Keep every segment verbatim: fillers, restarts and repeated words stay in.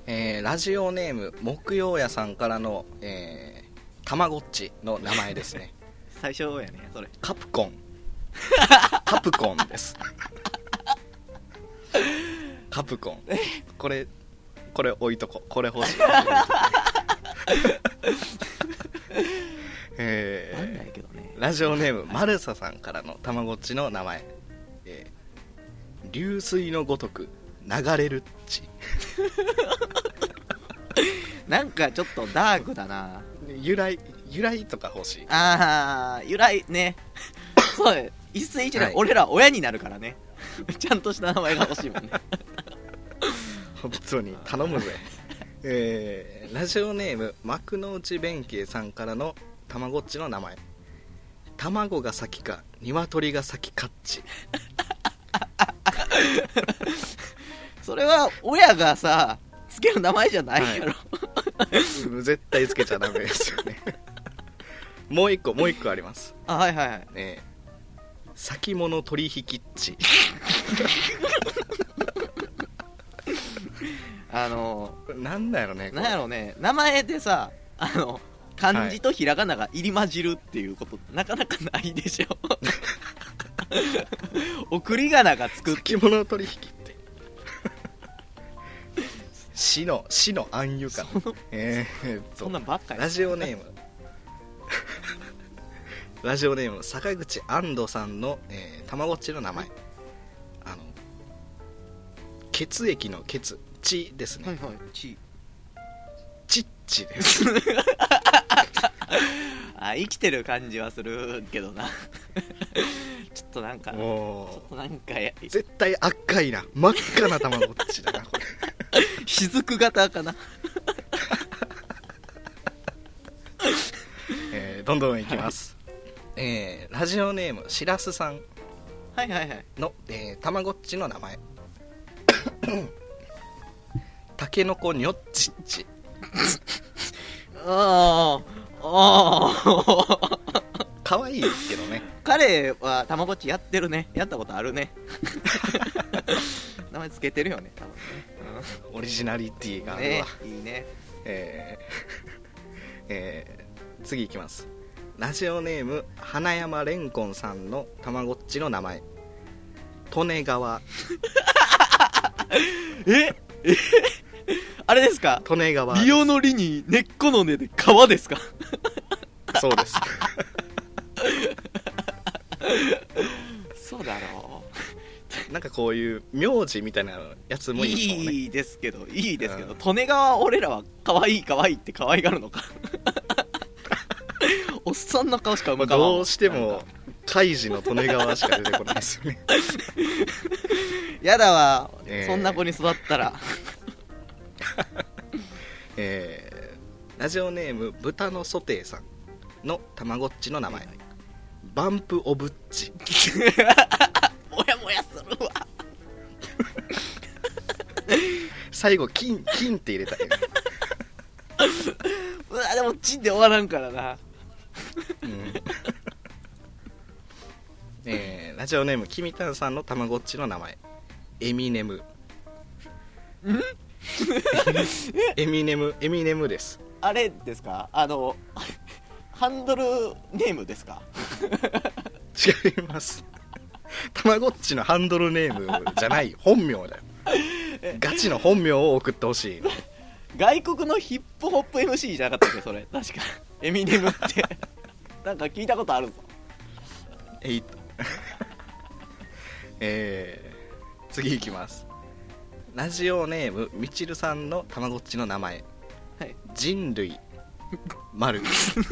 えー、ラジオネーム木曜屋さんからの、えー、たまごっちの名前ですね。 最初やねそれ。 カプコンカプコンですカプコン。これこれ置いとこ、これ欲しいえー、 なんだけどね。 ラジオネームマルサさんからのたまごっちの名前、えー、流水のごとく流れるっちなんかちょっとダークだな。 由来由来とか欲しい。 あー由来ねそう一世一代、 はい、 俺ら親になるからねちゃんとした名前が欲しいもんね本当に頼むぜえー、ラジオネーム幕の内弁慶さんからのたまごっちの名前、卵が先か鶏が先かっちそれは親がさつける名前じゃないやろ、はい、 絶対つけちゃダメですよねもう一個もう一個あります。 あ、はいはいはい、 えー、先物取引っちあのなんだろうね、 なんやろうね、名前でさ、あの漢字とひらがなが入り混じるっていうこと、はい、なかなかないでしょ送り仮名がつく先物取引って死の死の暗喩かな。えー、っとそんなんばっかり。 ラジオネームラジオネーム坂口安藤さんの、えー、たまごっちの名前、あの血液の血血ですね。 はいはい、血チッチですあ、生きてる感じはするけどなちょっとなんかちょっとなんかや絶対赤いな、真っ赤なたまごっちだなこれ雫型かなえー、どんどんいきます、はい、えー、ラジオネームしらすさんはいはいはいの、えー、たまごっちの名前たけのこにょっちっちああああかわいいですけどね。 彼はたまごっちやってるね、やったことあるね名前つけてるよね多分ね、 うん、オリジナリティがあるわ、 ね、いいね。 えーえー、次いきます。ラジオネーム花山れんこんさんのたまごっちの名前、利根川ええあれですか、 利根川リオの利に根っこの根で川ですかそうですそうだろう、なんかこういう名字みたいなやつもいいですもんね。 いいですけどいいですけど、利根川俺らは可愛い可愛いって可愛がるのかおっさんの顔しか浮かばん、 どうしてもカイジの利根川しか出てこないですよねやだわ、 えー、 そんな子に育ったらえー、ラジオネーム豚のソテーさんのたまごっちの名前、はいはい、バンプオブッチもやもやするわ最後金金って入れたい、ね、 うわでもチンで終わらんからな、 うんえー、ラジオネームきみたんさんのたまごっちの名前、エミネムんエミネムエミネムです。 あれですか、あのハンドルネームですか違います、たまごっちのハンドルネームじゃない本名だよガチの本名を送ってほしいの。 外国のヒップホップ エムシー じゃなかったっけそれ、確かエミネムってなんか聞いたことあるぞ。 えいとえー、次いきます。ラジオネームみちるさんのたまごっちの名前、はい、人類丸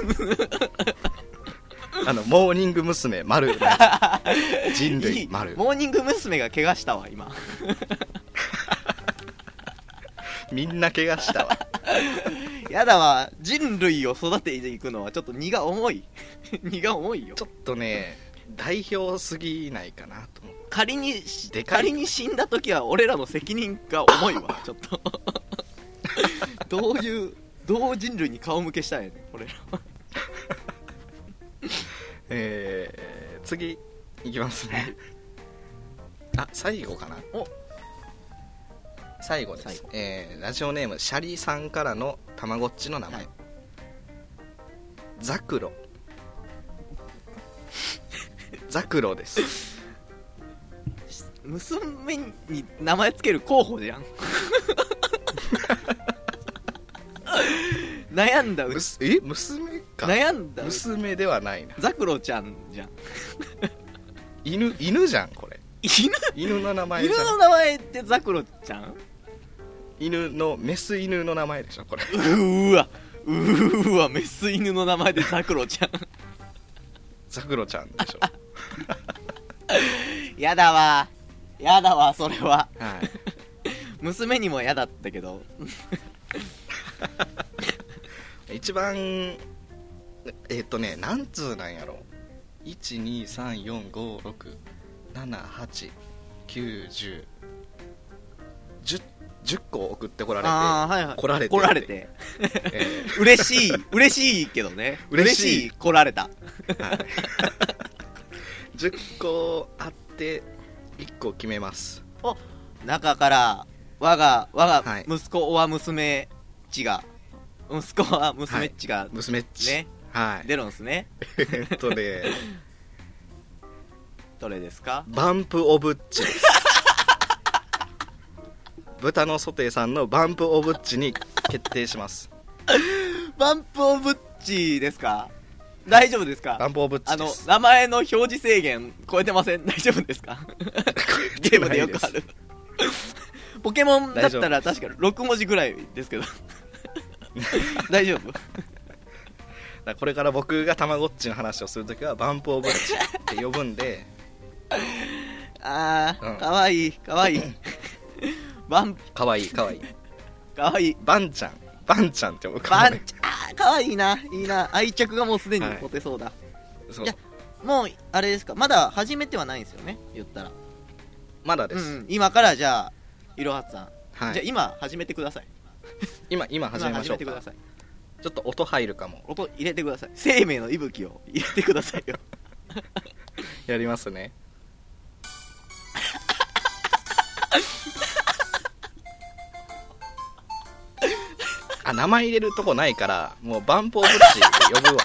あのモーニング娘。丸人類丸いい、 モーニング娘。が怪我したわ今みんな怪我したわやだわ、人類を育てていくのはちょっと荷が重い荷が重いよ。 ちょっとね代表すぎないかなと思って。 仮に仮に死んだ時は俺らの責任が重いわちょっとどういうどう人類に顔向けしたんやねん俺らえー、次いきますねあ、最後かな。 お最後です最後、 えーラジオネームシャリさんからのたまごっちの名前、 はい、 ザクロザクロです娘に名前つける候補じゃん悩んだうむすえ娘か悩んだ娘ではないな、 ザクロちゃんじゃん犬犬じゃんこれ、 犬犬の名前じゃん、 犬の名前ってザクロちゃん、 犬のメス犬の名前でしょこれ。 うーわうーわメス犬の名前でザクロちゃんザクロちゃんでしょやだわやだわそれは、 はい、 娘にもやだったけど一番えっとね何通なんやろ、いちにさんよんごろくななはちきゅうじゅう じゅう じゅっこ送ってこられて、 あー、はいはい、 来られて来られて、 えー、 嬉しい嬉しいけどね嬉しい嬉しい来られた、 はい、じゅっこあっていっこ決めます。 お中から我が我はいが息子は娘っちが、息子は娘っちが、 はい、娘っちね、 はい、 出るんすねえっとねどれですか。 バンプオブッチです豚のソテーさんのバンプオブッチに決定しますバンプオブッチですか。大丈夫ですか。 バンプオブッあのチです名前の表示制限超えてません。大丈夫ですかゲームでよくあるポケモンだったら確かろくもじぐらいですけど大丈夫これから僕がたまごっちの話をするときはバンプオブッチって呼ぶんであー、 うん、 かわいいかわいいバンかわいいかわいいかわいいバンちゃんバンちゃんって呼ぶバンちゃん、あーかわいいないいな、愛着がもうすでに持てそうだ、はい、 そういやもうあれですか、まだ始めてはないんですよね、言ったらまだです、 うん、今からじゃあいろはさん、 はい、 じゃあ今始めてください今今始めましょうか。 今始めてください。 ちょっと音入るかも。 音入れてください。生命の息吹を入れてくださいよやりますねあ、名前入れるとこないからもうバンプオブッチで呼ぶわ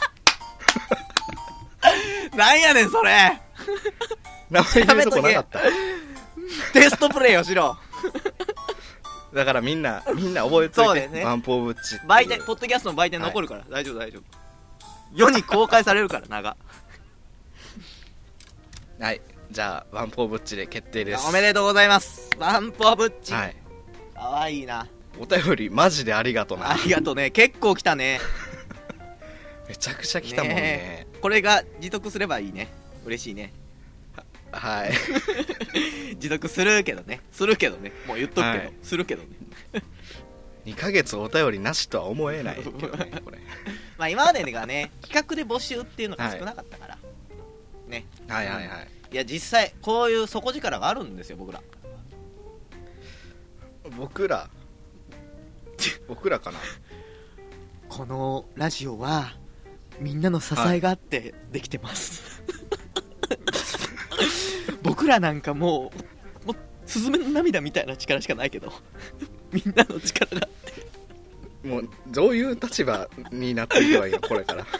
なんやねんそれ名前入れるとこなかったテストプレイをしろだからみんなみんな覚えといて、 そうですね、 バンプオブッチ媒体、ポッドキャストの媒体残るから、はい、大丈夫大丈夫、世に公開されるから長はい、じゃあバンプオブッチで決定です。 おめでとうございます。バンプオブッチ、 はい、 かわいいな。 お便りマジでありがとうな。 ありがとうね、結構来たねめちゃくちゃ来たもんね。 ね、これが持続すればいいね、嬉しいね。 はい持続するけどね、するけどね、もう言っとくけど、はい、するけどねにかげつお便りなしとは思えないけどねこれまあ今までがね企画で募集っていうのが少なかったから、はい、ね、 はいはいはい、 いや実際こういう底力があるんですよ、僕ら僕ら僕らかなこのラジオはみんなの支えがあってできてます、はい、僕らなんかもう、もうスズメの涙みたいな力しかないけどみんなの力があってもうどういう立場になっていけばいいのこれから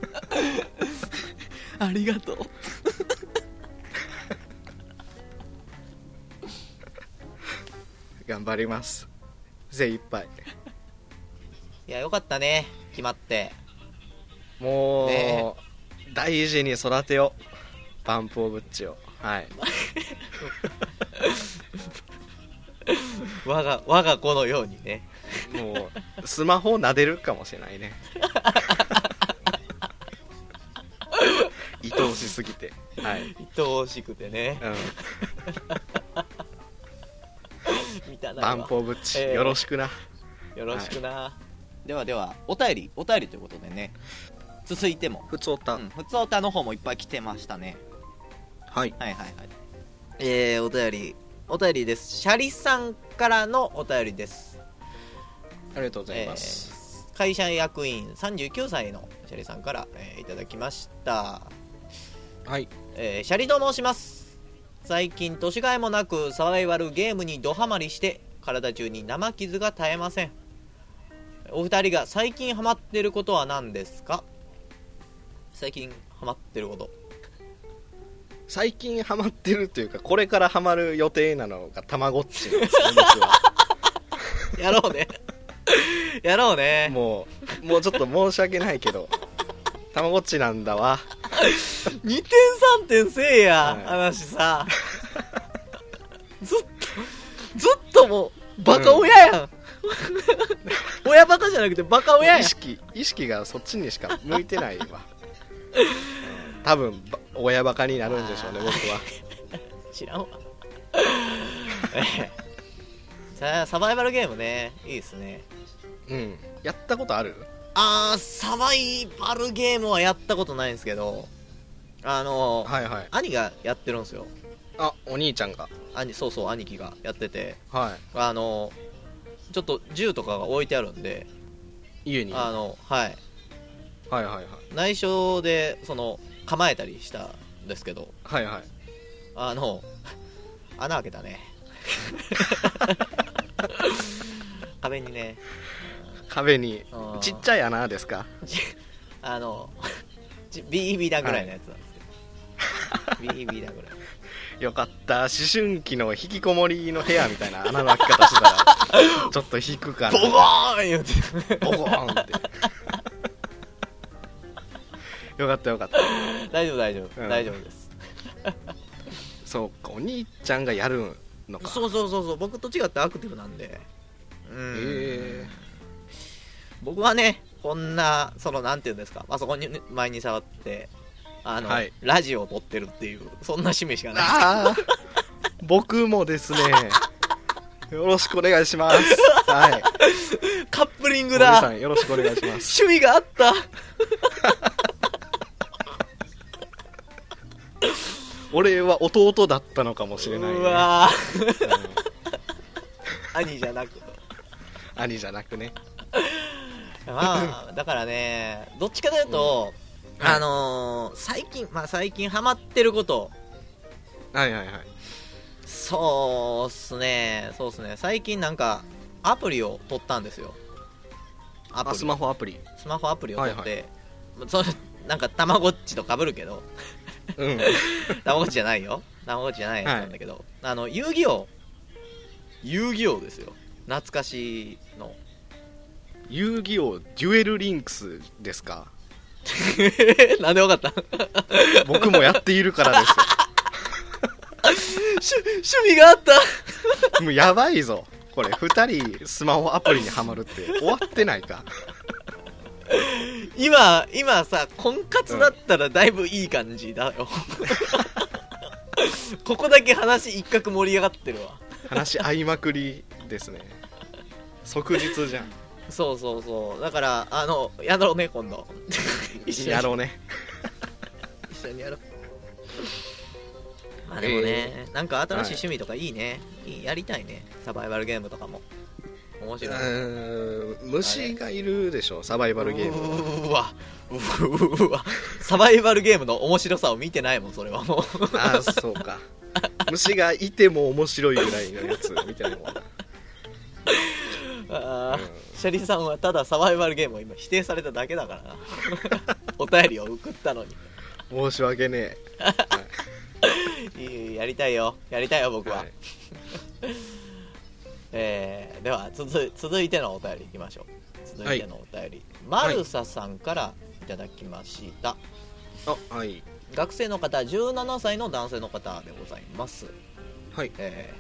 ありがとう頑張ります、精一杯。 いやよかったね、決まって。 もう、 ね、 大事に育てようバンプオブッチを。はい我が我が子のようにね。 もうスマホ撫でるかもしれないね愛おしすぎて、はい、 愛おしくてね、 うん、みたいなバンプオブッチ、えー、よろしくなよろしくな、はい、ではではお便りお便りということでね、続いてもふつおた、 うん、ふつおたの方もいっぱい来てましたね。 はい、 はいはいはい。えー、お便りお便りです。シャリさんからのお便りです。 ありがとうございます、 えー、会社役員さんじゅうきゅうさいのシャリさんから、えー、いただきました。 はい、 えー、シャリと申します。最近年がいもなくサバイバルゲームにドハマりして体中に生傷が絶えません。お二人が最近ハマってることは何ですか？最近ハマってること、 最近ハマってるというか、これからハマる予定なのがたまごっちなんですね僕は。 やろうねやろうね。 もうもうちょっと申し訳ないけどたまごっちなんだわ。 にてんさんてんせえや、 はい、 話さずっとずっともうバカ親やん、うん、親バカじゃなくてバカ親やん。 意識意識がそっちにしか向いてないわ、うん、多分親バカになるんでしょうね僕は。 知らんわさサバイバルゲームね、いいですね。 うん、やったことある？ あー、サバイバルゲームはやったことないんですけど、あのーはいはい、 兄がやってるんですよ。 あ、お兄ちゃんが。 兄、そうそう、兄貴がやってて、 はい、 あのー、ちょっと銃とかが置いてあるんで、 家に。 あの、はい、 はいはいはい、 内緒でその構えたりしたんですけど、 はいはい、 あの穴開けたね壁にね、 壁にちっちゃい穴ですか？ あの ビービー 弾ぐらいのやつなんですけど、はい、ビービー 弾ぐらい。 よかった、思春期の引きこもりの部屋みたいな穴の開き方してたらちょっと引くかな。 ボコーン言うてボコーンってよかったよかった、 大丈夫大丈夫、うん、大丈夫です。 そうか、お兄ちゃんがやるのか。 そうそうそうそう、僕と違ってアクティブなんで。うん、 えー、 僕はね、こんなそのなんていうんですか、パソコンに前に触ってあの、はい、ラジオを撮ってるっていう、そんな趣味しかないです。あ僕もですねよろしくお願いします。はい、 カップリングだ。 皆さんよろしくお願いします。 趣味があった俺は弟だったのかもしれない、ね、 うわ、うん、兄じゃなく兄じゃなくね。 まあだからね、どっちかというと、うん、あのー、最近まあ最近ハマってること、 はいはいはい、 そうっすねそうっすね最近なんかアプリを取ったんですよ。アプリ、 あ、スマホアプリスマホアプリを取って、はいはい、それなんかたまごっちと被るけどうん、たまごっちじゃないよ、たまごっちじゃないやつなんだけど、はい、あの遊戯王遊戯王ですよ、懐かしいの。 遊戯王デュエルリンクスですか？ なんでわかった？ 僕もやっているからです趣味があったもうやばいぞこれ、ふたりスマホアプリにはまるって終わってないか？ 今今さ、婚活だったらだいぶいい感じだよ、うん、ここだけ話一角盛り上がってるわ。 話合いまくりですね、即日じゃん。 そうそうそう、だからあのやろうね今度一緒にやろうね一緒にやろう。まあでもね、えー、なんか新しい趣味とかいいね、はい、いい、やりたいね、サバイバルゲームとかも面白い。うーん、虫がいるでしょサバイバルゲーム。 うわうわ、サバイバルゲームの面白さを見てないもんそれはもう。 ああそうか、虫がいても面白いぐらいのやつ見てないもんな。 あ、うん、シャリさんはただサバイバルゲームを今否定されただけだからなお便りを送ったのに申し訳ねえ、はい、 いい、やりたいよやりたいよ僕は、はい、えー、では続続いてのお便りいきましょう。続いてのお便り、はい、マルサさんからいただきました、 はい、あ、はい、 学生の方、じゅうななさいの男性の方でございます。 はい、 え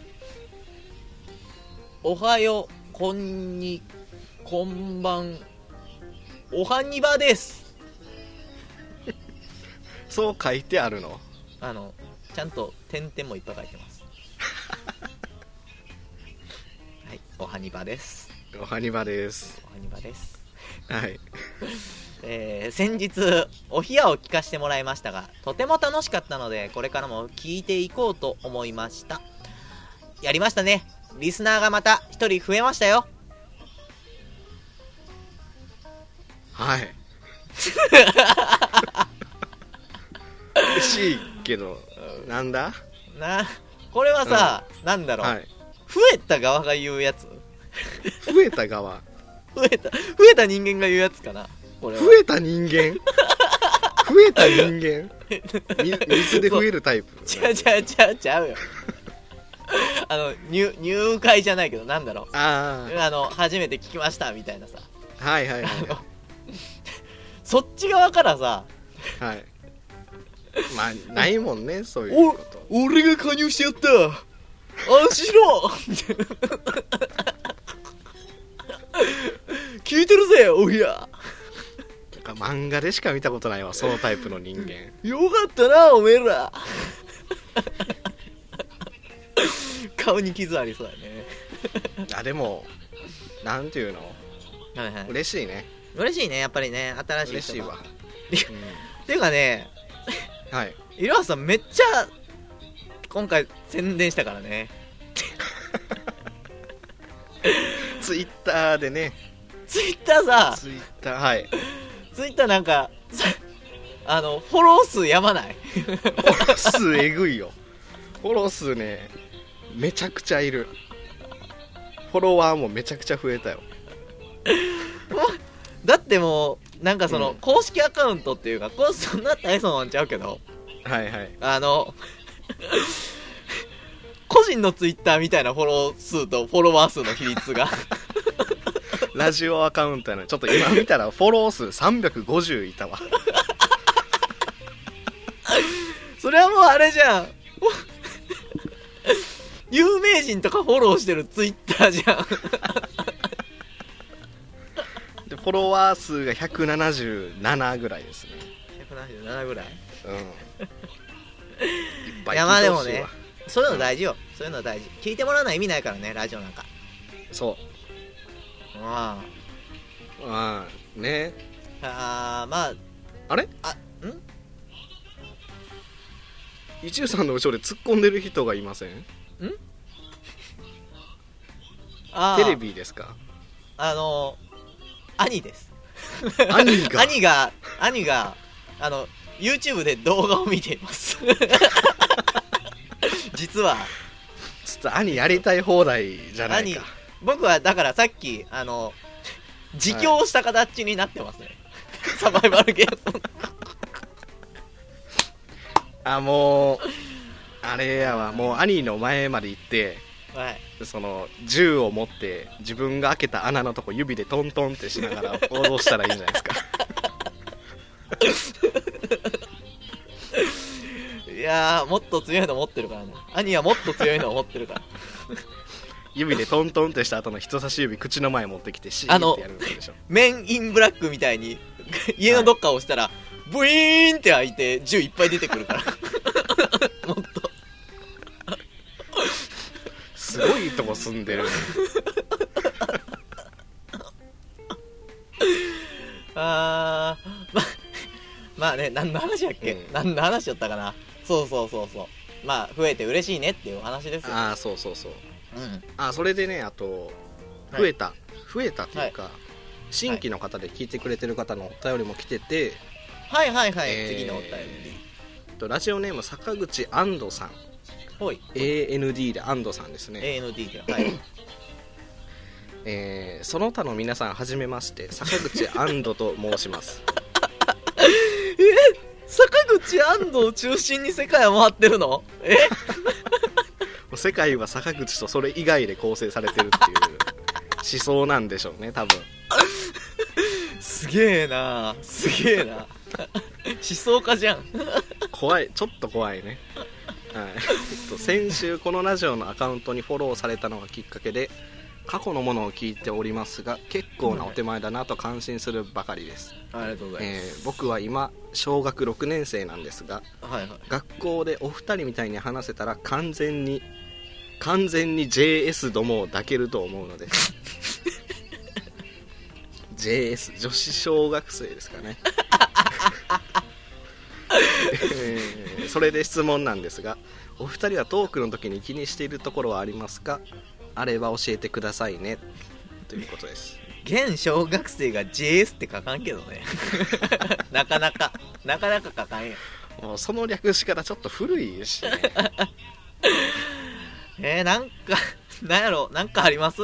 ー、おはよう、こんにこんばんおはにばですそう書いてあるの？ あのちゃんと点々もいっぱい書いてますはい、おはにばです。 おはにばですおはにばですはいえー、先日お冷やを聞かせてもらいましたが、とても楽しかったのでこれからも聞いていこうと思いました。やりましたね、リスナーがまた一人増えましたよ。 はい嬉しいけど、なんだな、これはさ、うん、なんだろう、はい、 増えた側が言うやつ増えた側増えた増えた人間が言うやつかなこれは。 増えた人間増えた人間水で増えるタイプ。 ちゃうちゃうちゃうちゃうよあの 入, 入会じゃないけどなんだろう、 ああの初めて聞きましたみたいなさ、 はいはいはいそっち側からさ、 はいまあないもんねそういうこと。 お俺が加入してやった安心しろ聞いてるぜおいや。 漫画でしか見たことないわそのタイプの人間。 よかったなおめえら顔に傷ありそうだねあでもなんていうの、 はいはい、 嬉しいね。 嬉しいねやっぱりね新しい人が。 嬉しいわ、 うん、ていうかねはいいろはさんめっちゃ今回宣伝したからねツイッターでね。 ツイッターさツイッターはいツイッターなんかあのフォロー数やばない？ フォロー数えぐいよ。フォロー数ねめちゃくちゃいる。フォロワーもめちゃくちゃ増えたよ。 だってもうなんかその、 うん、 公式アカウントっていうかこそんな大層なんちゃうけど、 はいはい、 あの個人のツイッターみたいなフォロー数とフォロワー数の比率がラジオアカウントやのにちょっと今見たらフォロー数さんびゃくごじゅういたわそれはもうあれじゃん有名人とかフォローしてるツイッターじゃんでフォロワー数がひゃくななじゅうななぐらいですね。 ひゃくななじゅうななぐらい、 うん、いっぱいいやまあでもねそういうの大事よ、うん、そういうの大事。聞いてもらわない意味ないからねラジオなんか。 そうあああねああまああれあん一流さんの後ろで突っ込んでる人がいません？んあテレビですか？ あの兄です兄が兄が兄があの YouTube で動画を見ています実はちょっと兄やりたい放題じゃないか。 僕はだからさっきあの自供した形になってますね、はい、サバイバルゲームあもうあれやわもう兄の前まで行って、 はい、 その銃を持って自分が開けた穴のとこ指でトントンってしながら脅したらいいんじゃないですかいやーもっと強いの持ってるからね。兄はもっと強いのを持ってるから指でトントンってした後の人差し指口の前持ってきてシーンってやるんでしょ。 メンインブラックみたいに家のどっかを押したら、はい、ブイーンって開いて銃いっぱい出てくるからもっとすごいとこ住んでるあーままあね何の話やっけ、うん、何の話だったかな。そうそうそうそうまあ増えて嬉しいねっていう話ですよ。 ああそうそうそう、 うん、 あそれでねあと増えた、はい、増えたっていうか、はい、新規の方で聞いてくれてる方のお便りも来てて、 はいはいはい、えー、次のお便りラジオネーム坂口安藤さん、 ほいエーエヌディー で安藤さんですね。 エーエヌディー ではいえー、その他の皆さんはじめまして坂口安藤と申しますえ坂口安藤を中心に世界は回ってるの？え世界は坂口とそれ以外で構成されてるっていう思想なんでしょうね多分すげえなすげえな思想家じゃん怖いちょっと怖いね、はい、先週このラジオのアカウントにフォローされたのがきっかけで過去のものを聞いておりますが結構なお手前だなと感心するばかりです。 ありがとうございます、 えー、僕は今小学ろくねん生なんですが、 はいはい、 学校でお二人みたいに話せたら完全に完全に ジェイエス どもを抱けると思うのですジェイエス 女子小学生ですかね、えー、それで質問なんですがお二人はトークの時に気にしているところはありますか？あれば教えてくださいねということです。 現小学生が ジェイエス って書かんけどねなかなかなかなか書かんやん。 もうその略しからちょっと古いしねえー、なんかなんやろ、なんかあります？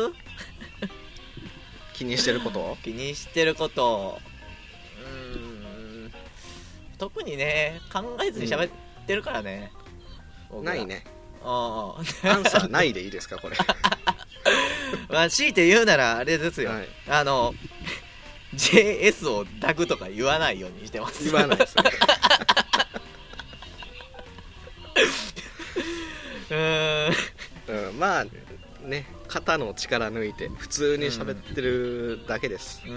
気にしてること気にしてることうーん特にね考えずに喋ってるからね、 うん、ないね。 あアンサーないでいいですかこれ。 まあ強いて言うならあれですよ、はい、あの ジェイエス を抱くとか言わないようにしてます。 言わないですね。 うーん、 うん、まあね、肩の力抜いて普通に喋ってるだけです。うん、うん、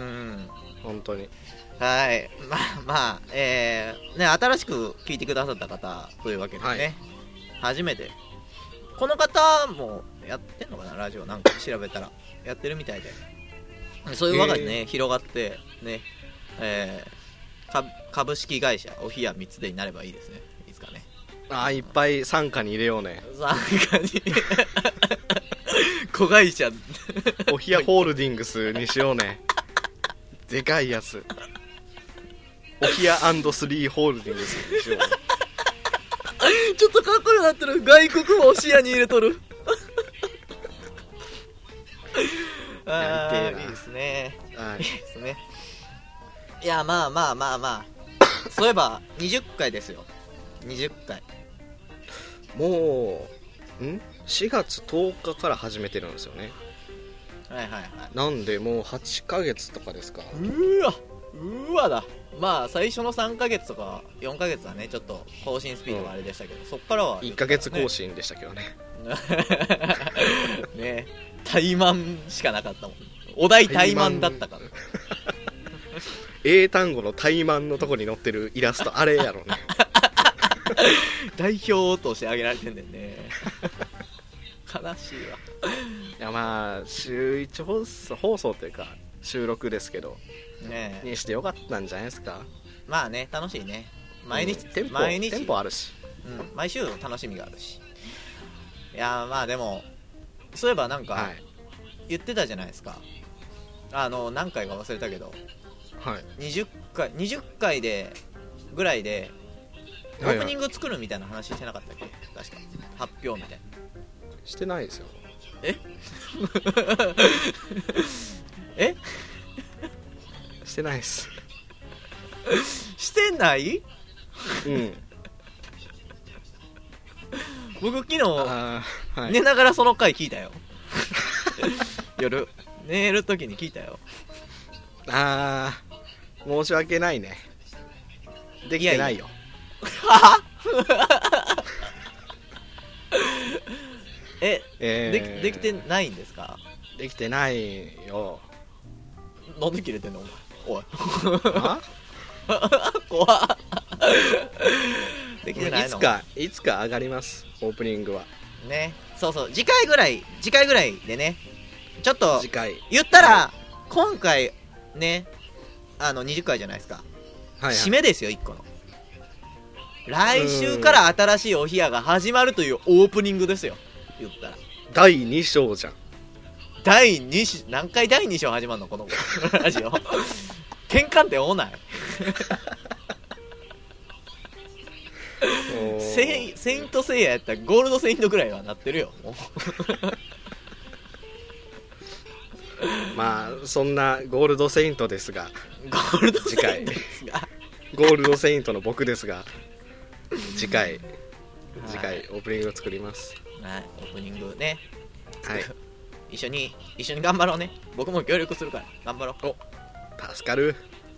本当に。 はい、まあまあ、えー、ね、新しく聞いてくださった方というわけでね、はい、初めてこの方もやってんのかな、ラジオなんか調べたらやってるみたいで、そういう輪がね、えー、広がってね、えー、株式会社おひやみつでになればいいですね。いいですかね。 ああ、いっぱい傘下に入れようね。 傘下に子会社おひやホールディングスにしようね。でかいやつ。おひや &スリー ホールディングスにしようね。 ちょっとかっこよくなってる。外国も視野に入れとる。ああ、いいですね。いいですね。いや、まあまあまあまあ。そういえばにじゅっかいですよ。にじゅっかい。 もうんしがつとおかから始めてるんですよね。 はいはいはい。 なんでもうはちかげつとかですか。 うわうわだ。まあ最初のさんかげつとかよんかげつはねちょっと更新スピードがあれでしたけど、うん、そっからは、ね、 いっかげつ更新でしたけどね。 ね、怠慢しかなかったもん。お題怠慢だったから。 英単語の怠慢のとこに載ってるイラストあれやろね。 代表としてあげられてんだよね。悲しいわ。 いや、まあ週いち放送、放送というか収録ですけどね、にしてよかったんじゃないですか。 まあね、楽しいね。毎日、 うん、テンポ毎日テンポあるし、 うん、毎週楽しみがあるし。いや、まあでもそういえばなんか言ってたじゃないですか、はい、あの何回か忘れたけど、はい、にじゅっかいにじゅっかいでぐらいでオープニング作るみたいな話してなかったっけ、はいはい、確か発表みたいな。 してないですよ。 ええしてないです。 してない？ うん。 僕昨日、はい、寝ながらその回聞いたよ。夜寝るときに聞いたよ。 あー、申し訳ないね。できてないよ。 はえ、えー、で, できてないんですか？ できてないよ。 なんで切れてんのお前。おい。怖っ。できてないの？ いつかいつか上がります、オープニングはね。そうそう、次回ぐらい次回ぐらいでね、ちょっと次回言ったら、はい、今回ね、あのにじゅっかいじゃないですか、はいはい、締めですよ、いっこの。来週から新しいお部屋が始まるというオープニングですよ、言ったら。 だいに章じゃん。 だいに章、何回だいに章始まるのこのラジオ。転換点多ない？セイ、セイントセイヤやったらゴールドセイントぐらいはなってるよ、もう。 まあそんなゴールドセイントですが、 ゴールドセイントですがゴールドセイントの僕ですが、次回次回オープニングを作ります。 はい、オープニングね、 はい、 一緒に一緒に頑張ろうね。僕も協力するから頑張ろう。 お、助かる。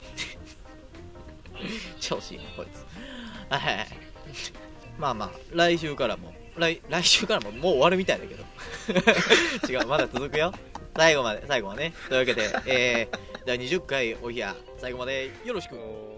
調子いいなこいつ。はい、まあまあ来週からも 来, 来週からももう終わるみたいだけど。違う、まだ続くよ、最後まで。最後はね、というわけで、えー、だいにじゅっかいお部屋、最後までよろしく。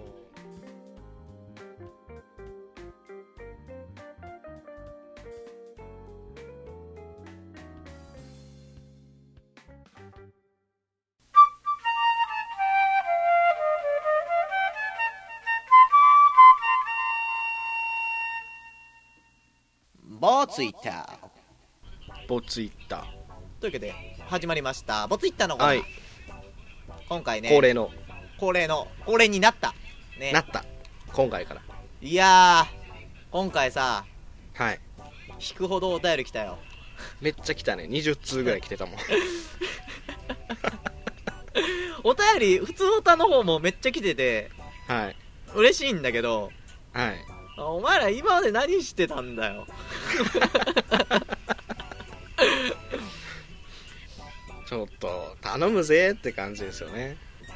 ボツイッターボツイッターというわけで始まりましたボツイッターのコーナー、はい、今回ね、 恒例の恒例の恒例になった、ね、 なった今回から。 いやー、今回さ、 はい、 引くほどお便り来たよ。 めっちゃ来たね。にじゅっつうぐらい来てたもん。 お便り普通歌の方もめっちゃ来ててはい嬉しいんだけど、 はいお前ら今まで何してたんだよ。 ちょっと頼むぜって感じですよね。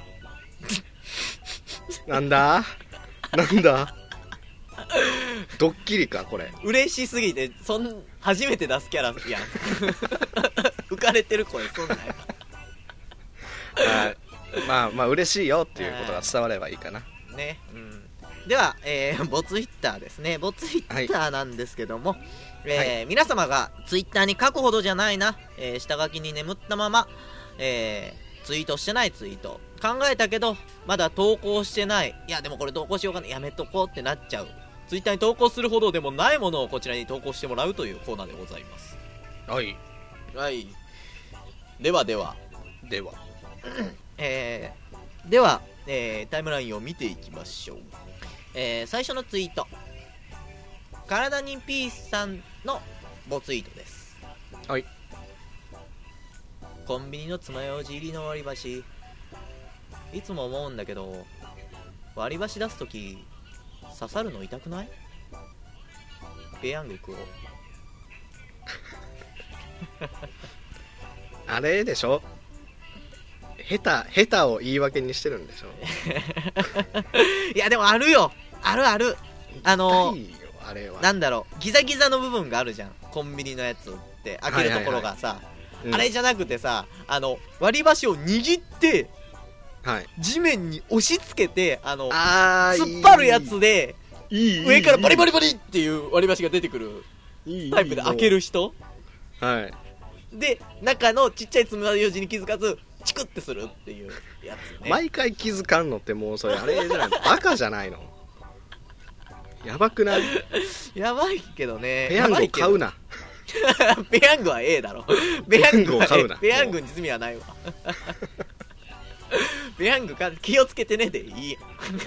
なんだなんだドッキリかこれ。 嬉しすぎてそん初めて出すキャラやん。浮かれてる声そんなんや。 はいまあまあ嬉しいよっていうことが伝わればいいかなね、うん、では、えー、ボツイッターですね。ボツイッターなんですけども、はいえーはい、皆様がツイッターに書くほどじゃないな、えー、下書きに眠ったまま、えー、ツイートしてないツイート考えたけどまだ投稿してない、いやでもこれ投稿しようかな、やめとこうってなっちゃう、ツイッターに投稿するほどでもないものをこちらに投稿してもらうというコーナーでございます。 はいはいではではではえー、では、えー、タイムラインを見ていきましょう。えー、最初のツイート、体にピースさんのボツイートです。 はい。 コンビニの爪楊枝入りの割り箸、いつも思うんだけど割り箸出すとき刺さるの痛くない？ペヤング食おう。 あれでしょ、下手下手を言い訳にしてるんでしょ。 いやでもあるよ、あるある、あの痛いよあれは。 なんだろう、ギザギザの部分があるじゃんコンビニのやつって開けるところがさ、はいはいはい、あれじゃなくてさ、あの割り箸を握って、はい、地面に押し付けてあのあ突っ張るやつでいい上からバリバリバリっていう割り箸が出てくるタイプで開ける人、はいで中のちっちゃい爪楊枝に気づかずチクってするっていうやつね。 毎回気づかんのってもうそれあれじゃないバカじゃないの。やばくない？ やばいけどね。 ペヤングを買うな。 ペヤングはええだろ。ペヤングは買うな。 ペヤングに罪はないわ。ペヤングか気をつけてねでいい。い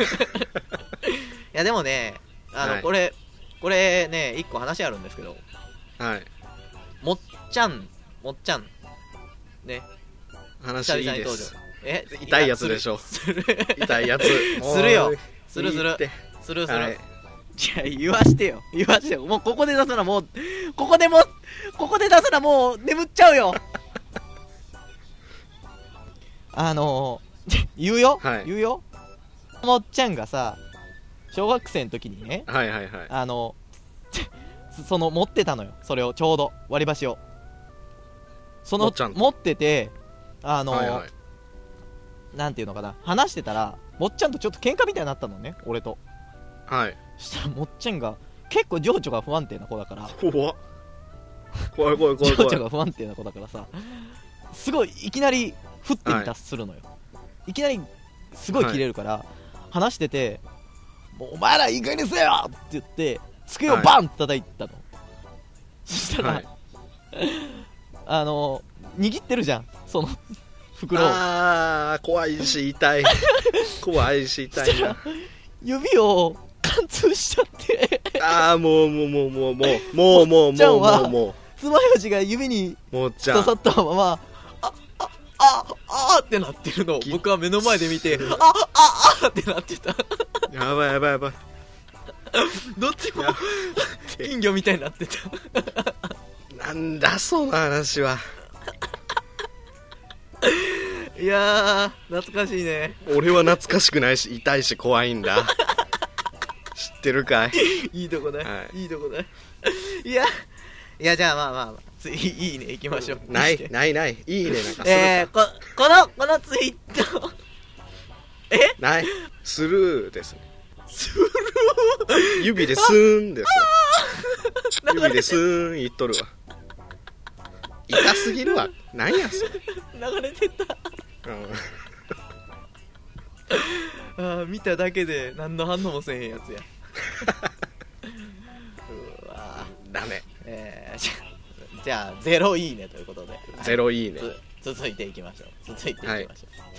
やでもね、あの、はい、これこれね一個話あるんですけど、はい。もっちゃんもっちゃんね。 話いいです。 え痛いやつでしょ。痛いやつするよ。するするするする。はい、じゃあ言わしてよ言わしてよ。もうここで出すな、もうここでもここで出すな、もう眠っちゃうよ。あのー、言うよ、はい、言うよ。もっちゃんがさ小学生の時にね、はいはいはい、あのその持ってたのよ、それをちょうど割り箸をその持ってて、あのーはいはい、なんていうのかな、話してたらもっちゃんとちょっと喧嘩みたいになったのね、俺と。はい。そしたらもっちゃんが結構情緒が不安定な子だから、怖っ怖い怖い怖い怖い、情緒が不安定な子だからさ、すごいいきなり振ってみたするのよ、はい、いきなりすごい切れるから、はい、話しててもうお前らいい加減にせよって言って机をバンって叩いたの、はい、そしたら、はい、あの握ってるじゃんその袋を。 あー怖いし痛い怖いし痛いな。 指を貫通しちゃってあーもうもうもうもうもうもうもうもうもうもうつまようじが指に刺さったままああああってなってるのを僕は目の前で見てあああってなってた。 やばいやばいやばい。 どっちも金魚みたいになってた。 なんだその話は。 いやー懐かしいね。 俺は懐かしくないし痛いし怖いんだ。知ってるかい。 いいとこだ、はい、いいとこだ。いやいやじゃあまあまあついいいねいきましょう。 ないないないいいねなんかするか。 えー、ここのこのツイートえないスルーですね。 スルー指でスーンですよ。指でスーン言っとるわ。痛すぎるわ。何やそれ。 流れてた。うん、あ見ただけで何の反応もせえへんやつや。うわダメ、 えー、じゃ, じゃあゼロいいねということでゼロいいね、 続いていきましょう続いていきましょう、はい、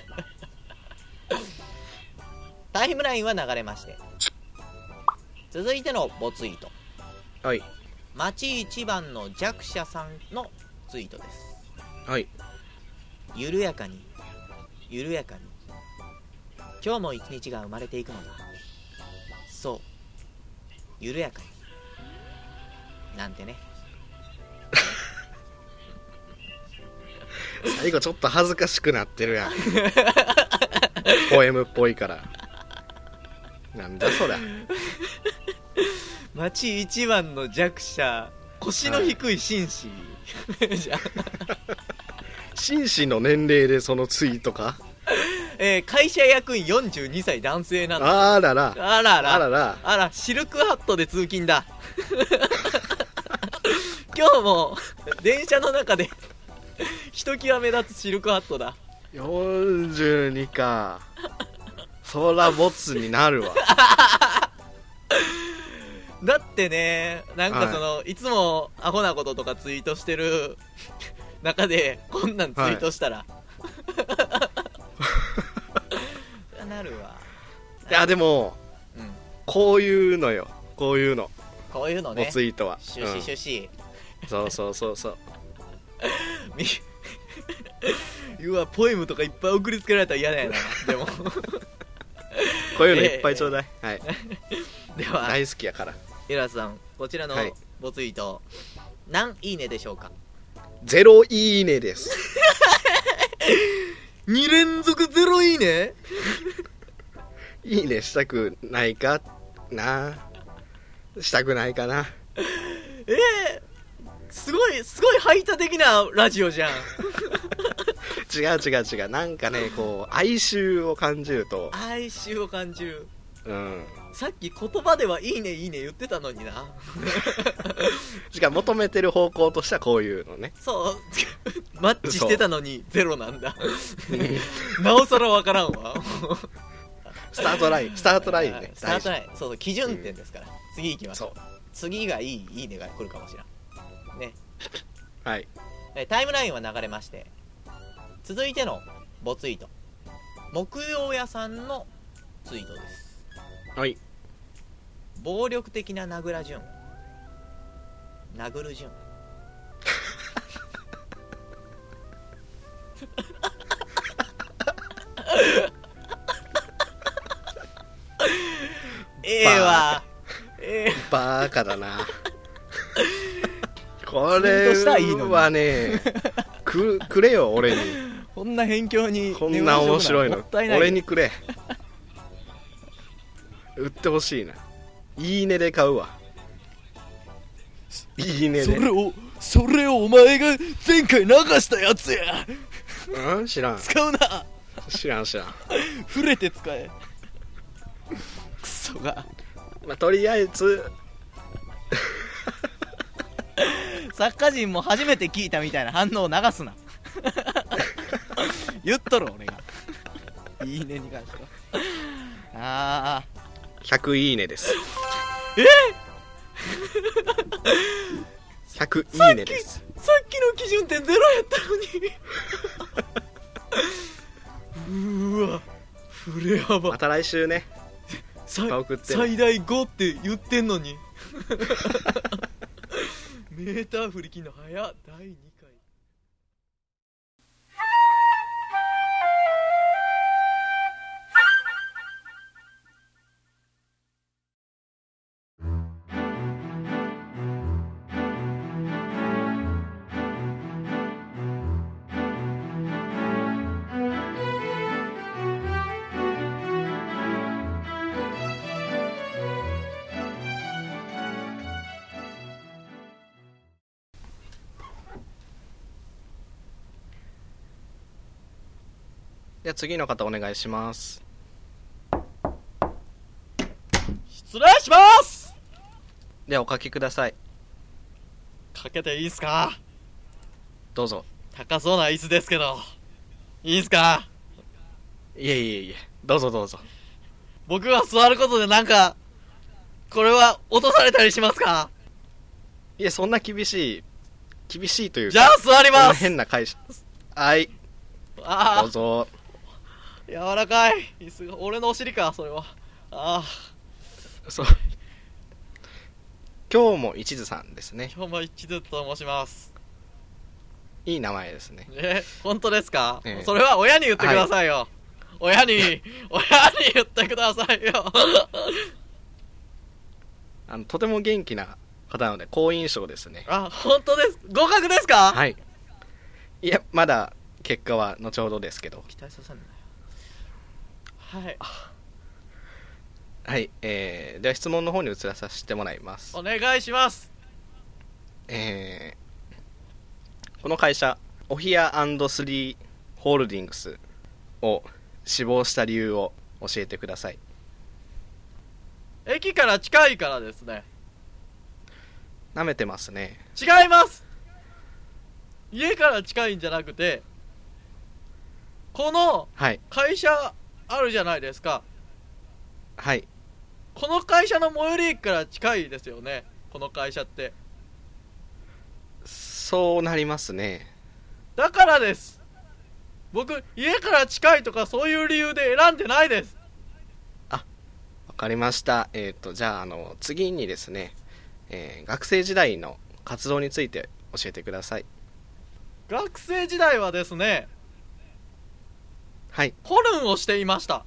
タイムラインは流れまして続いてのボツイート、 はい、 町一番の弱者さんのツイートです。 はい。 緩やかに緩やかに今日も一日が生まれていくのだ。そう緩やかになんてね。 最後ちょっと恥ずかしくなってるやん。ポエムっぽいからなんだそりゃ。 町一番の弱者、腰の低い紳士、はい、じゃ紳士の年齢でそのツイートか。 えー、会社役員よんじゅうにさい男性なんだ。 あららあららあららあら、シルクハットで通勤だ。今日も電車の中でひときわ目立つシルクハットだ。 よんじゅうにか。そらボツになるわ。 だってね、なんかその、はい、いつもアホなこととかツイートしてる中でこんなんツイートしたら、はい、なるわ。 いやでも、うん、こういうのよ、こういうのこういうのね、 ツイートは趣旨趣旨、 うん、そうそうそうそう。 うわ、ポエムとかいっぱい送りつけられたら嫌だよな。でもこういうのいっぱいちょうだい、えー、はい。 では大好きやから。 エラさん、こちらのボツイート、はい、何いいねでしょうか。 ゼロいいねです。 に連続ゼロいいね。 いいねしたくないかな、したくないかな。 えー、すごいすごい排他的なラジオじゃん。 違う違う違う、なんかね、こう哀愁を感じると、 哀愁を感じる。 うん、 さっき言葉ではいいねいいね言ってたのにな。 しかも求めてる方向としてはこういうのね。 そうマッチしてたのにゼロなんだ。なおさらわからんわ。 スタートラインスタートラインね。 スタートライン、そうそう、基準点ですから、うん、次行きましょう。 そう、 次がいいいいねが来るかもしれんね。 はい。 タイムラインは流れまして、続いてのボツイート、木曜屋さんのツイートです。 はい。 暴力的な殴ら順、殴る順。ええわ、ええバーカだな。これはね、く, くれよ俺に。 こんな辺境にこんな面白いの俺にくれ。売ってほしいな。いいねで買うわ。いいねで。 それをそれをお前が前回流したやつや。 うん、知らん。 使うな。 知らん知らん。 触れて使え。クソが。 まあ、とりあえず作家陣も初めて聞いたみたいな反応を流すな。言っとる俺が。いいねに関しては。ああ。 ひゃくいいねです。 えひゃくいいねです。 さっき、さっきの基準点ゼロやったのに。うーわ、フレアバ。 また来週ね。 最大ごって言ってんのに。メーター振り切んの早っ。だいにかい。 じゃあ次の方お願いします。 失礼します。 ではお書きください。 かけていいっすか。 どうぞ。 高そうな椅子ですけどいいっすか。 いえいえいえ、どうぞどうぞ。 僕が座ることでなんかこれは落とされたりしますか。 いえ、そんな厳しい厳しいというか、 じゃあ座ります。そんな変な会社。はい、 あ、 どうぞ。 柔らかい椅子が。俺のお尻かそれは。ああ、 そう。 今日も一途さんですね。 今日も一途と申します。 いい名前ですね。 え本当ですか、 ええ、 それは親に言ってくださいよ、はい、親に親に言ってくださいよあのとても元気な方なので好印象ですね。 あ、本当です。合格ですか？ はい。いや、まだ結果は後ほどですけど。 期待させんなよ。はい。 はい、えー、では質問の方に移らさせてもらいます。 お願いします。 えー、この会社オヒア&スリーホールディングスを志望した理由を教えてください。 駅から近いからですね。 なめてますね。 違います。家から近いんじゃなくて、この会社あるじゃないですか。 はい。 この会社の最寄り駅から近いですよね、この会社って。 そうなりますね。 だからです。僕、家から近いとかそういう理由で選んでないです。 あ、わかりました。えっと、じゃあ、あの、次にですね、えー、学生時代の活動について教えてください。 学生時代はですね、 はい。 ホルンをしていました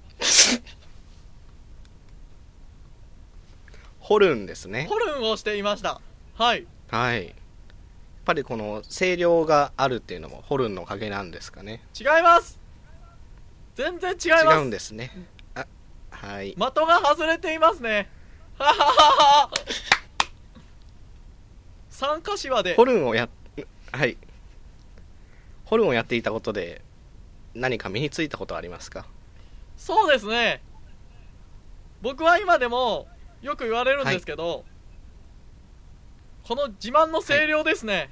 ホルンですね。 ホルンをしていました。はい。 はい。やっぱりこの声量があるっていうのもホルンのおかげなんですかね。 違います。全然違います。 違うんですね。あ、はい。 的が外れていますね。はははは。参加しはでホルンをやはい。ホルンをやっていたことで何か身についたことはありますか？ そうですね。僕は今でもよく言われるんですけど、はい、この自慢の声量ですね。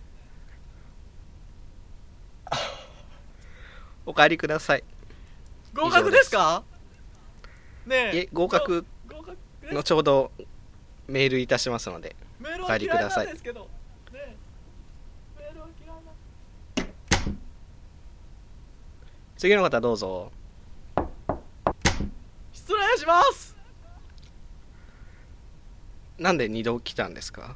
はい、お帰りください。 合格ですか？ねえ、 いえ、合格後ほどメールいたしますのでお帰りください。メールは嫌いなんですけど、ね、メールは嫌いなん次の方どうぞ。 失礼します。 なんでにど来たんですか？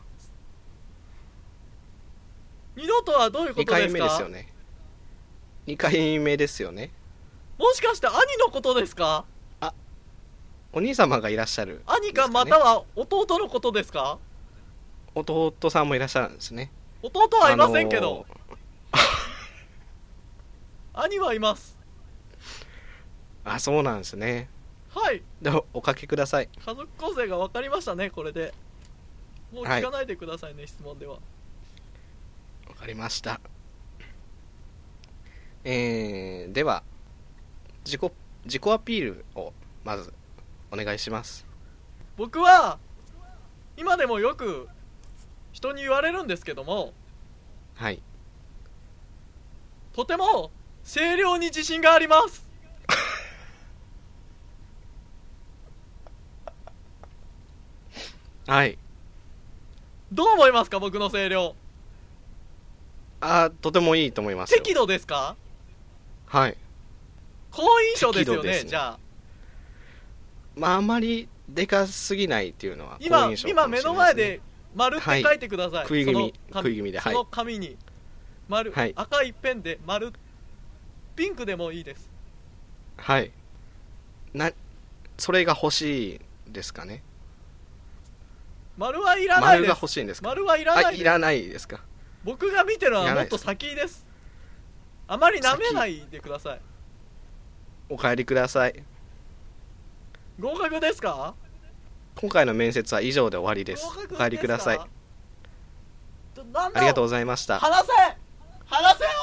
にどとはどういうことですか？ にかいめですよね。にかいめですよね。 もしかして兄のことですか？ あ、お兄様がいらっしゃる、ね、 兄かまたは弟のことですか？ 弟さんもいらっしゃるんですね。 弟はいませんけど、あのー、兄はいます。 あ、そうなんですね。 はい。 ではおかけください。 家族構成が分かりましたね、これで。もう聞かないでくださいね、はい、質問では。 分かりました。えー、では自己自己アピールをまずお願いします。 僕は今でもよく人に言われるんですけども、 はい、 とても声量に自信があります。 はい。 どう思いますか、僕の声量。 あ、とてもいいと思いますよ。 適度ですか？ はい。 好印象ですよ ね, ねじゃあまああまりでかすぎないっていうのは好印象かもしれないですね。 今目の前で丸って書いてください、はい、 食い気味食い気味で、はい、 その紙に丸、はい、赤いペンで丸、ピンクでもいいです。 はいな、それが欲しいですかね。 丸はいらないです。 丸が欲しいんですか？ 丸はいらないです。 いらないですか？ 僕が見てるのはもっと先です。あまり舐めないでください。 お帰りください。 合格ですか？ 今回の面接は以上で終わりです。お帰りください。ありがとうございました。 話せ話せよ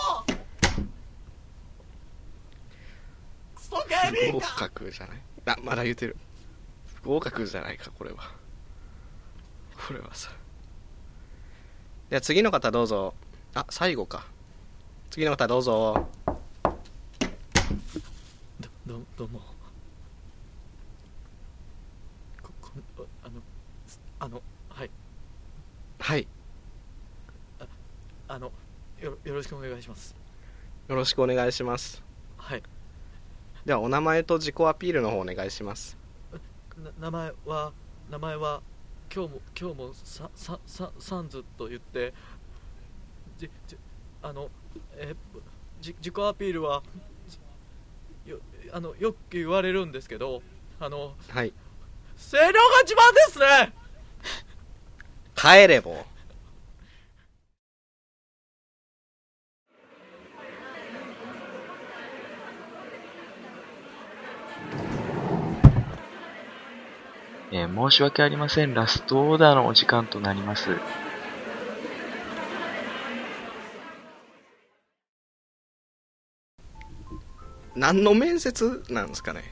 クソゲーミーか。 不合格じゃない。あ、まだ言ってる。不合格じゃないか、これは。これはさ。では次の方どうぞ。あ、最後か。次の方どうぞ。 ど, ど, どうもここあのあのはいはいああの よ, よろしくお願いします。 よろしくお願いします。 はい。 ではお名前と自己アピールの方お願いします。 な名前は名前は今日も今日もさささサンズと言ってじじあのえじ自己アピールはよあのよく言われるんですけど、あのはい声量が一番ですね。 帰れもう。 えー申し訳ありません。ラストオーダーのお時間となります。 何の面接なんですかね。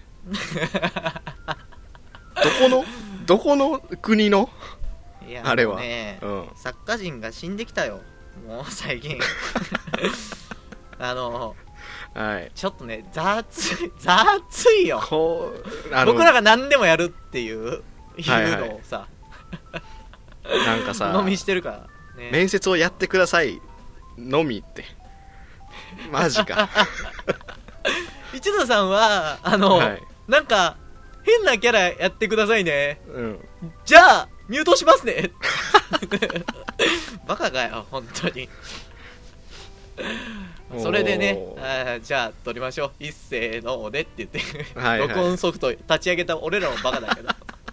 どこのどこの国のいやあれは、 ね、 うん、 作家陣が死んできたよもう最近。あのはい、 ちょっとね雑い雑いよ。 こうあの僕らが何でもやるっていういうはいはいのをさ、 なんかさ飲みしてるから、ね、 面接をやってくださいのみってマジか。 一田さんはあの、はい、なんか変なキャラやってくださいね、うん、じゃあミュートしますね。バカかよ本当に。それでね、あじゃあ撮りましょう一斉のでって言ってはい、はい、録音ソフト立ち上げた俺らもバカだけど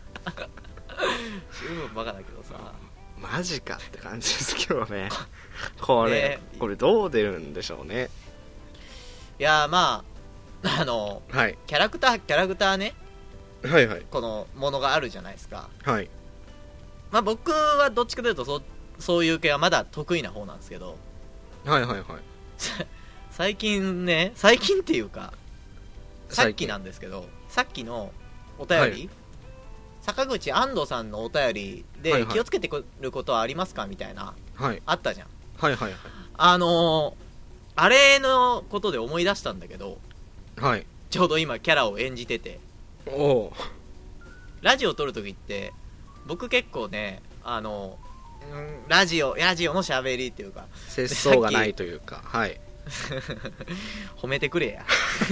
十分バカだけどさ、 マジかって感じですけどね。これ、ね、これどう出るんでしょうね。 いやまああの、はい、キャラクターキャラクターね、 はいはい、 このものがあるじゃないですか。 はい。 まあ僕はどっちかというとそそういう系はまだ得意な方なんですけど、 はいはいはい。 最近ね、最近っていうかさっきなんですけど、さっきのお便り、はい、坂口安藤さんのお便りで、はいはい、気をつけてくることはありますかみたいな、はい、あったじゃん。 はいはいはい。 あのー、あれのことで思い出したんだけど、 はい、 ちょうど今キャラを演じてて、 おラジオ撮るときって僕結構ね、あのー、ラジオラジオの喋りっていうか節操がないというか、はい褒めてくれや。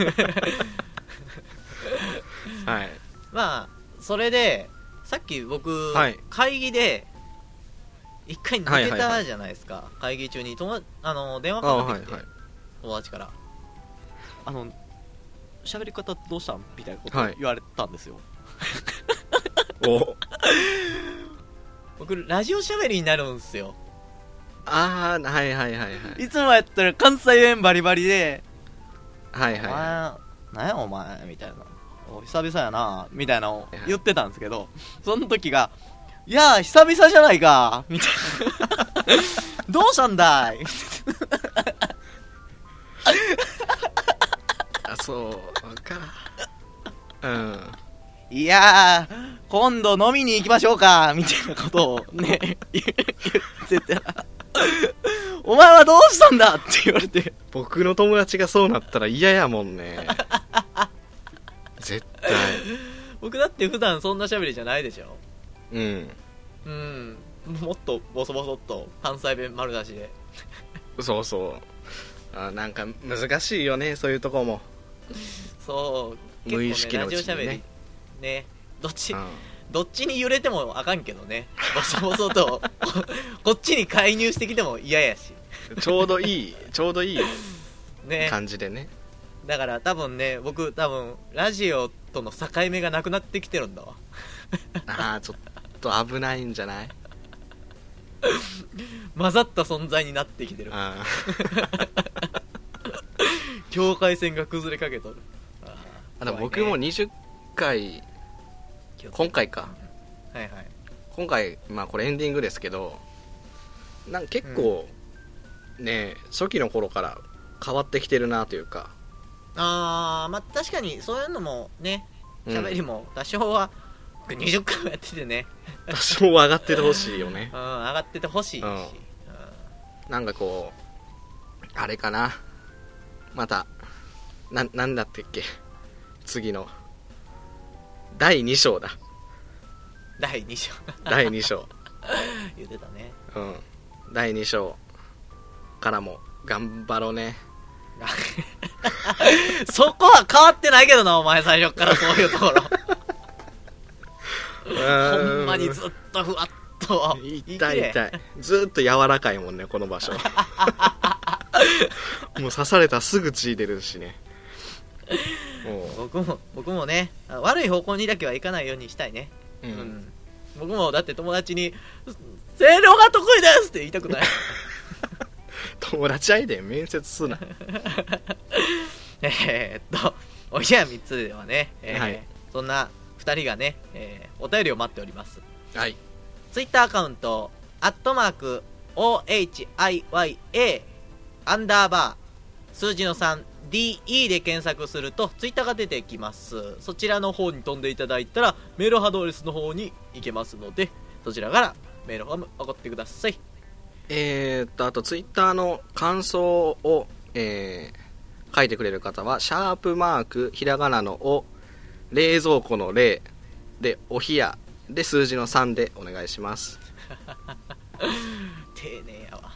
はい。 まあそれでさっき僕、はい、会議で一回抜けたじゃないですか、はいはいはい、会議中に友あの電話かかってきて、はいはい、友達からあの喋り方どうしたんみたいなことを言われたんですよ、はい、お僕ラジオ喋りになるんですよ。 ああはいはいはいはい。 いつもやったら関西弁バリバリで、 はいはい、はい、 お前なんやお前みたいな、お久々やなみたいなのを言ってたんですけど、その時がいや久々じゃないかみたいな。どうしたんだい。 あそうか、うん、 いやー今度飲みに行きましょうかみたいなことをね言ってた。お前はどうしたんだって言われて、 僕の友達がそうなったら嫌やもんね。絶対僕だって普段そんな喋りじゃないでしょ。 うんうん、もっとボソボソっと関西弁丸出しで。 そうそうあ、なんか難しいよねそういうとこも。 そう、 無意識のうちにね、 ラジオ喋りね、どっち、うん、どっちに揺れてもあかんけどね、ボソボソとこっちに介入してきても嫌やし、 ちょうどいいちょうどいい感じでね。 だから多分ね、僕多分ラジオとの境目がなくなってきてるんだわ。 ああちょっと危ないんじゃない。 混ざった存在になってきてる。あ境界線が崩れかけとる。ああでも僕もにじゅっかい、今回か、 はいはい、 今回まあこれエンディングですけど、なんか結構、うん、ね初期の頃から変わってきてるなというか。 あーまあ確かにそういうのもね、喋りも多少は、うん、にじゅっかいもやっててね、 多少は上がっててほしいよね。 うん、上がっててほしいし、うん、 なんかこうあれかな、また な, なんだってっけ次のだいに章だ。 だいに章だいに章言ってたね。 うんだいに章からも頑張ろうね。 そこは変わってないけどなお前、最初からそういうところ。 ほんまにずっとふわっと痛い痛い、ずっと柔らかいもんねこの場所もう刺されたらすぐ血出るしね。もう僕も僕もね悪い方向にだけはいかないようにしたいね、 うんうん、僕もだって友達に声量が得意ですって言いたくない友達相手面接すなえーっとお部屋みっつではね、えーはい、 そんなふたりがね、えーお便りを待っております。 はい、 ツイッターアカウントアットマーク オーエイチアイワイエー アンダーバー数字の さんディーイー で検索するとツイッターが出てきます。そちらの方に飛んでいただいたらメールアドレスの方に行けますので、そちらからメールフォーム送ってください。 えー、っとあとツイッターの感想を、えー、書いてくれる方はシャープマークひらがなのお冷蔵庫の冷でお冷やで数字のさんでお願いします丁寧やわ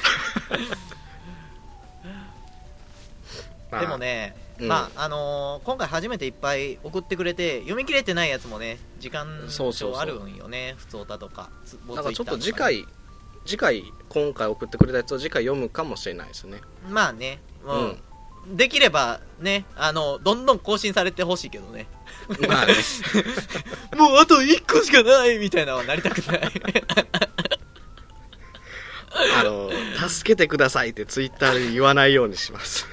まあ、 でもね、 うん、 まああのー、今回初めていっぱい送ってくれて読み切れてないやつもね時間上あるんよね。普通歌とかだからちょっと次回次回今回送ってくれたやつを次回読むかもしれないですね。 まあね、うんうん、 できればねあのどんどん更新されてほしいけどねまあねもうあといっこしかないみたいなのはなりたくないあの助けてくださいってツイッターで言わないようにします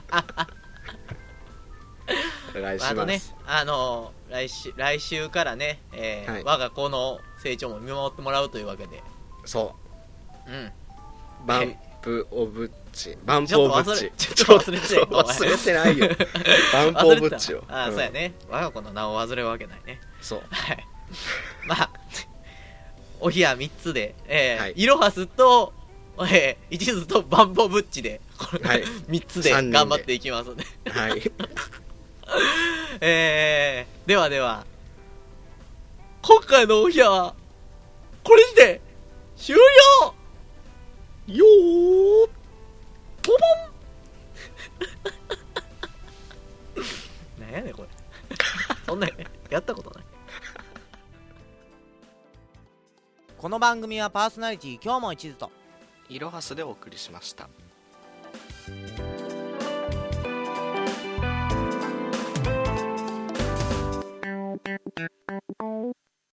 お願いします。 あとねあの来週来週からね、えーはい、我が子の成長も見守ってもらうというわけで、 そううんバンプオブッチバンプオブッチちょっと忘れて忘れてないよバンプオブッチをああ、うん、そうやね我が子の名を忘れるわけないね。 そうはいまあお部屋みっつで、えーはい、イロハスと、えー、一途とバンプオブッチでこれ、はい、みっつで頑張っていきますのではいえー、ではでは今回のお部屋はこれにて終了よーポポンなんやねんこれそんなやったことない。この番組はパーソナリティ今日も一途とイロハスでお送りしました。